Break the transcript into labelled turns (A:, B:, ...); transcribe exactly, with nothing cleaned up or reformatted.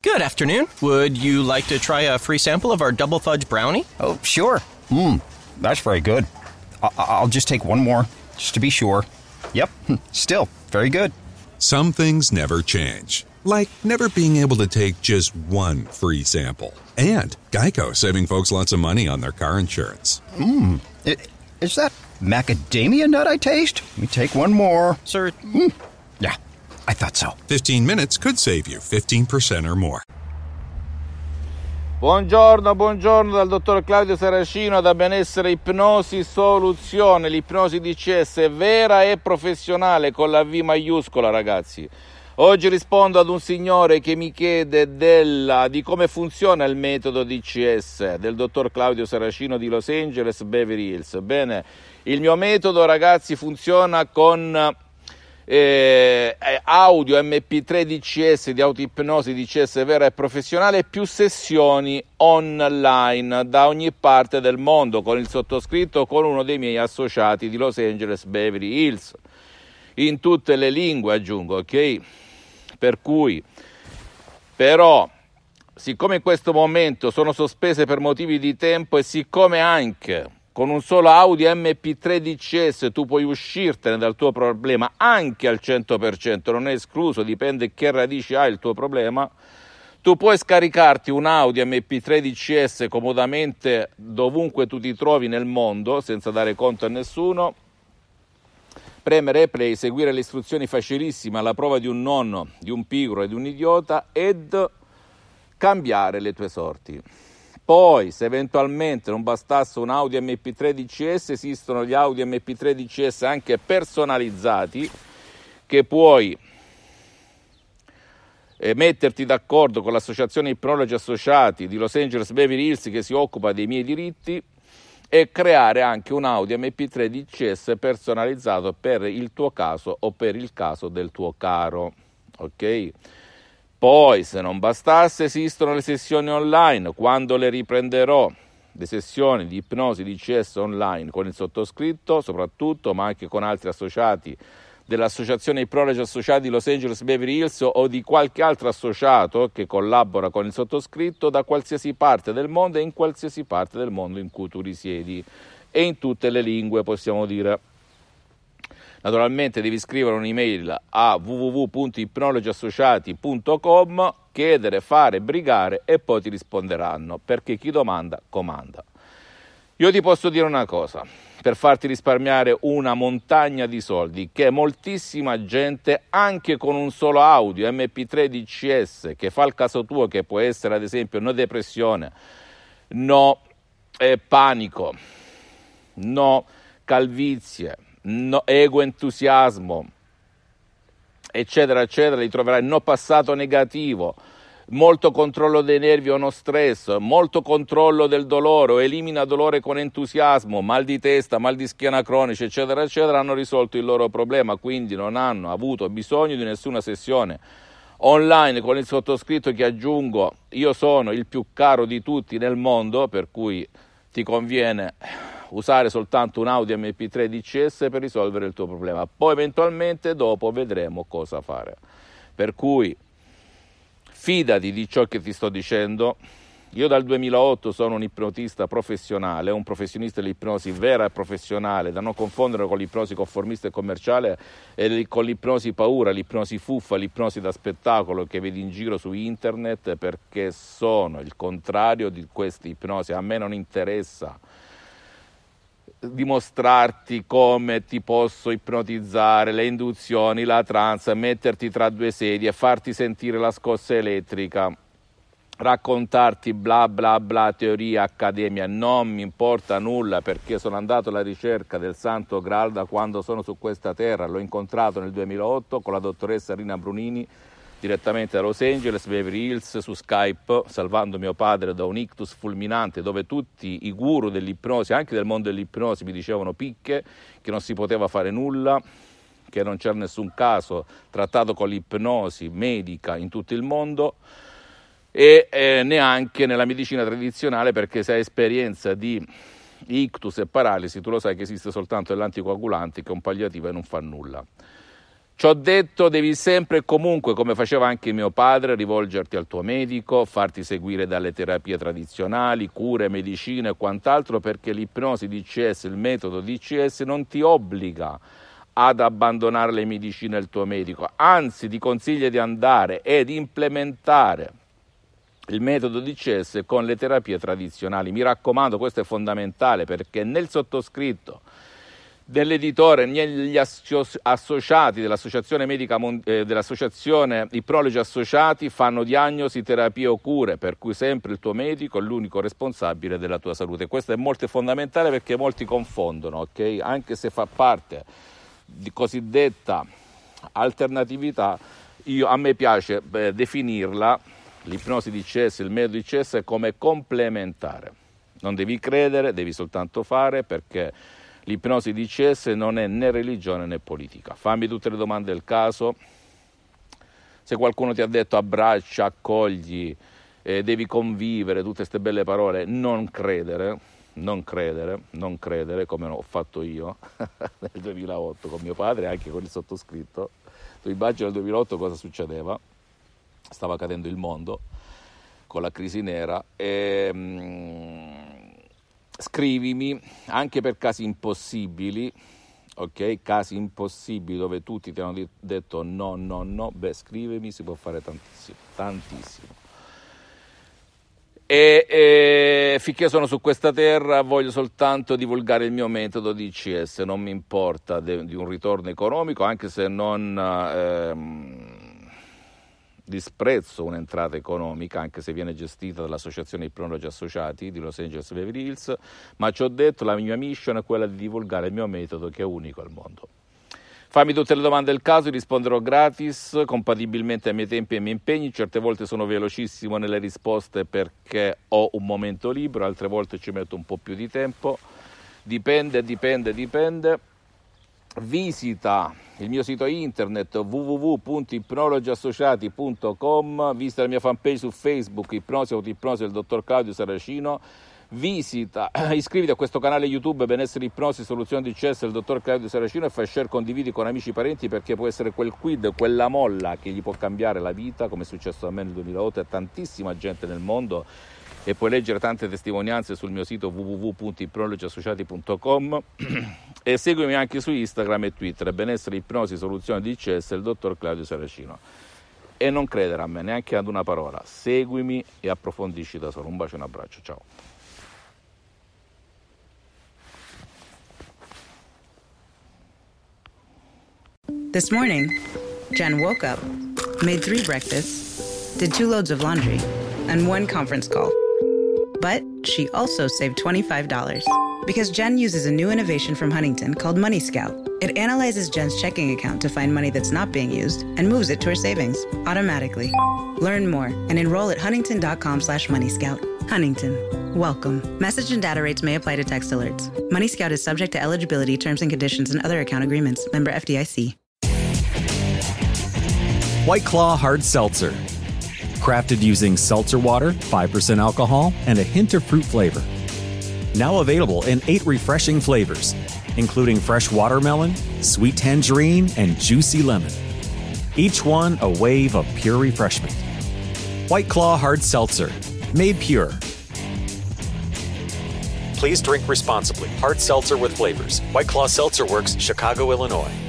A: Good afternoon. Would you like to try a free sample of our double fudge brownie?
B: Oh, sure. Mmm, that's very good. I- I'll just take one more, just to be sure. Yep, still very good.
C: Some things never change, like never being able to take just one free sample. And Geico saving folks lots of money on their car insurance.
B: Mmm, is that macadamia nut I taste? Let me take one more.
A: Sir?
B: Mm. Yeah, I thought so.
C: fifteen minutes could save you fifteen percent or more.
D: Buongiorno, buongiorno dal dottor Claudio Saracino da Benessere Ipnosi Soluzione. L'ipnosi D C S è vera e professionale con la V maiuscola, ragazzi. Oggi rispondo ad un signore che mi chiede della, di come funziona il metodo D C S del dottor Claudio Saracino di Los Angeles, Beverly Hills. Bene, il mio metodo, ragazzi, funziona con eh, audio M P tre D C S di autoipnosi D C S vera e professionale, più sessioni online da ogni parte del mondo con il sottoscritto, con uno dei miei associati di Los Angeles, Beverly Hills, in tutte le lingue, aggiungo, ok? Per cui, però, siccome in questo momento sono sospese per motivi di tempo e siccome anche con un solo audio M P tre D C S tu puoi uscirtene dal tuo problema anche al cento per cento, non è escluso, dipende che radici ha il tuo problema, tu puoi scaricarti un audio M P tre D C S comodamente dovunque tu ti trovi nel mondo, senza dare conto a nessuno, premere play, seguire le istruzioni facilissime alla prova di un nonno, di un pigro e di un idiota ed cambiare le tue sorti. Poi, se eventualmente non bastasse un audio M P tre D C S, esistono gli audio M P tre D C S anche personalizzati che puoi eh, metterti d'accordo con l'associazione Ipnologi Associati di Los Angeles Beverly Hills che si occupa dei miei diritti e creare anche un audio M P tre D C S personalizzato per il tuo caso o per il caso del tuo caro, ok? Poi, se non bastasse, esistono le sessioni online. Quando le riprenderò, le sessioni di ipnosi D C S online con il sottoscritto, soprattutto, ma anche con altri associati dell'associazione Ipnologi Associati di Los Angeles Beverly Hills o di qualche altro associato che collabora con il sottoscritto da qualsiasi parte del mondo e in qualsiasi parte del mondo in cui tu risiedi e in tutte le lingue, possiamo dire. Naturalmente devi scrivere un'email a w w w punto ipnologi associati punto com, chiedere, fare, brigare e poi ti risponderanno, perché chi domanda comanda. Io ti posso dire una cosa, per farti risparmiare una montagna di soldi, che moltissima gente, anche con un solo audio M P tre D C S, che fa il caso tuo, che può essere ad esempio no depressione, no eh, panico, no calvizie, no ego entusiasmo, eccetera, eccetera, li troverai no passato negativo, molto controllo dei nervi o no stress, molto controllo del dolore o elimina dolore con entusiasmo, mal di testa, mal di schiena cronici, eccetera, eccetera, hanno risolto il loro problema, quindi non hanno avuto bisogno di nessuna sessione online con il sottoscritto che, aggiungo, io sono il più caro di tutti nel mondo, per cui ti conviene usare soltanto un audio M P tre D C S per risolvere il tuo problema. Poi eventualmente dopo vedremo cosa fare. Per cui fidati di ciò che ti sto dicendo. Io dal duemilaotto sono un ipnotista professionale, un professionista dell'ipnosi vera e professionale, da non confondere con l'ipnosi conformista e commerciale e con l'ipnosi paura, l'ipnosi fuffa, l'ipnosi da spettacolo che vedi in giro su internet, perché sono il contrario di queste ipnosi. A me non interessa dimostrarti come ti posso ipnotizzare, le induzioni, la trance, metterti tra due sedie, farti sentire la scossa elettrica, raccontarti bla bla bla, teoria, accademia. Non mi importa nulla, perché sono andato alla ricerca del Santo Graal da quando sono su questa terra. L'ho incontrato nel duemilaotto con la dottoressa Rina Brunini direttamente da Los Angeles, Beverly Hills, su Skype, salvando mio padre da un ictus fulminante, dove tutti i guru dell'ipnosi, anche del mondo dell'ipnosi, mi dicevano picche, che non si poteva fare nulla, che non c'era nessun caso trattato con l'ipnosi medica in tutto il mondo, e eh, neanche nella medicina tradizionale, perché se hai esperienza di ictus e paralisi tu lo sai che esiste soltanto l'anticoagulante, che è un palliativo e non fa nulla. Ciò detto, devi sempre e comunque, come faceva anche mio padre, rivolgerti al tuo medico, farti seguire dalle terapie tradizionali, cure, medicine e quant'altro, perché l'ipnosi D C S, il metodo D C S, non ti obbliga ad abbandonare le medicine del tuo medico, anzi ti consiglia di andare ed implementare il metodo D C S con le terapie tradizionali. Mi raccomando, questo è fondamentale, perché nel sottoscritto, dell'editore, negli associati dell'Associazione Medica eh, dell'Associazione Ipnologi Associati fanno diagnosi, terapie o cure, per cui sempre il tuo medico è l'unico responsabile della tua salute. Questo è molto fondamentale, perché molti confondono, ok? Anche se fa parte di cosiddetta alternatività, io, a me piace beh, definirla, l'ipnosi D C S, il metodo D C S, come complementare. Non devi credere, devi soltanto fare, perché l'ipnosi D C S non è né religione né politica. Fammi tutte le domande del caso. Se qualcuno ti ha detto abbraccia, accogli, eh, devi convivere, tutte queste belle parole, non credere, non credere, non credere, come ho fatto io nel duemilaotto con mio padre e anche con il sottoscritto. Tu immagini nel duemilaotto cosa succedeva? Stava cadendo il mondo con la crisi nera e... Mm, scrivimi anche per casi impossibili, ok? Casi impossibili dove tutti ti hanno detto no, no, no, beh, scrivimi, si può fare tantissimo, tantissimo. E, e finché sono su questa terra voglio soltanto divulgare il mio metodo D C S, non mi importa de, di un ritorno economico, anche se non ehm, disprezzo un'entrata economica, anche se viene gestita dall'Associazione Ipnologi Associati di Los Angeles Beverly Hills, ma ci ho detto, la mia mission è quella di divulgare il mio metodo, che è unico al mondo. Fammi tutte le domande del caso, risponderò gratis, compatibilmente ai miei tempi e ai miei impegni. Certe volte sono velocissimo nelle risposte perché ho un momento libero, altre volte ci metto un po' più di tempo, dipende, dipende, dipende. Visita il mio sito internet w w w punto ipnologi associati punto com, visita la mia fanpage su Facebook, Ipnosi Autoipnosi del dottor Claudio Saracino, visita, iscriviti a questo canale YouTube Benessere Ipnosi Soluzione D C S del dottor Claudio Saracino e fai share, condividi con amici e parenti, perché può essere quel quid, quella molla che gli può cambiare la vita, come è successo a me nel duemilaotto e a tantissima gente nel mondo. E puoi leggere tante testimonianze sul mio sito w w w punto ipnologi associati punto com e seguimi anche su Instagram e Twitter, Benessere Ipnosi Soluzione D C S del dottor Claudio Saracino. E non credere a me neanche ad una parola, seguimi e approfondisci da solo. Un bacio e un abbraccio, ciao.
E: This morning, Jen woke up, made three breakfasts, did two loads of laundry, and one conference call. But she also saved twenty-five dollars because Jen uses a new innovation from Huntington called Money Scout. It analyzes Jen's checking account to find money that's not being used and moves it to her savings automatically. Learn more and enroll at huntington.com slash Money Scout. Huntington. Welcome. Message and data rates may apply to text alerts. Money Scout is subject to eligibility, terms and conditions, and other account agreements. Member F D I C.
F: White Claw Hard Seltzer. Crafted using seltzer water, five percent alcohol, and a hint of fruit flavor. Now available in eight refreshing flavors, including fresh watermelon, sweet tangerine, and juicy lemon. Each one a wave of pure refreshment. White Claw Hard Seltzer. Made pure. Please drink responsibly. Hard seltzer with flavors. White Claw Seltzer Works, Chicago, Illinois.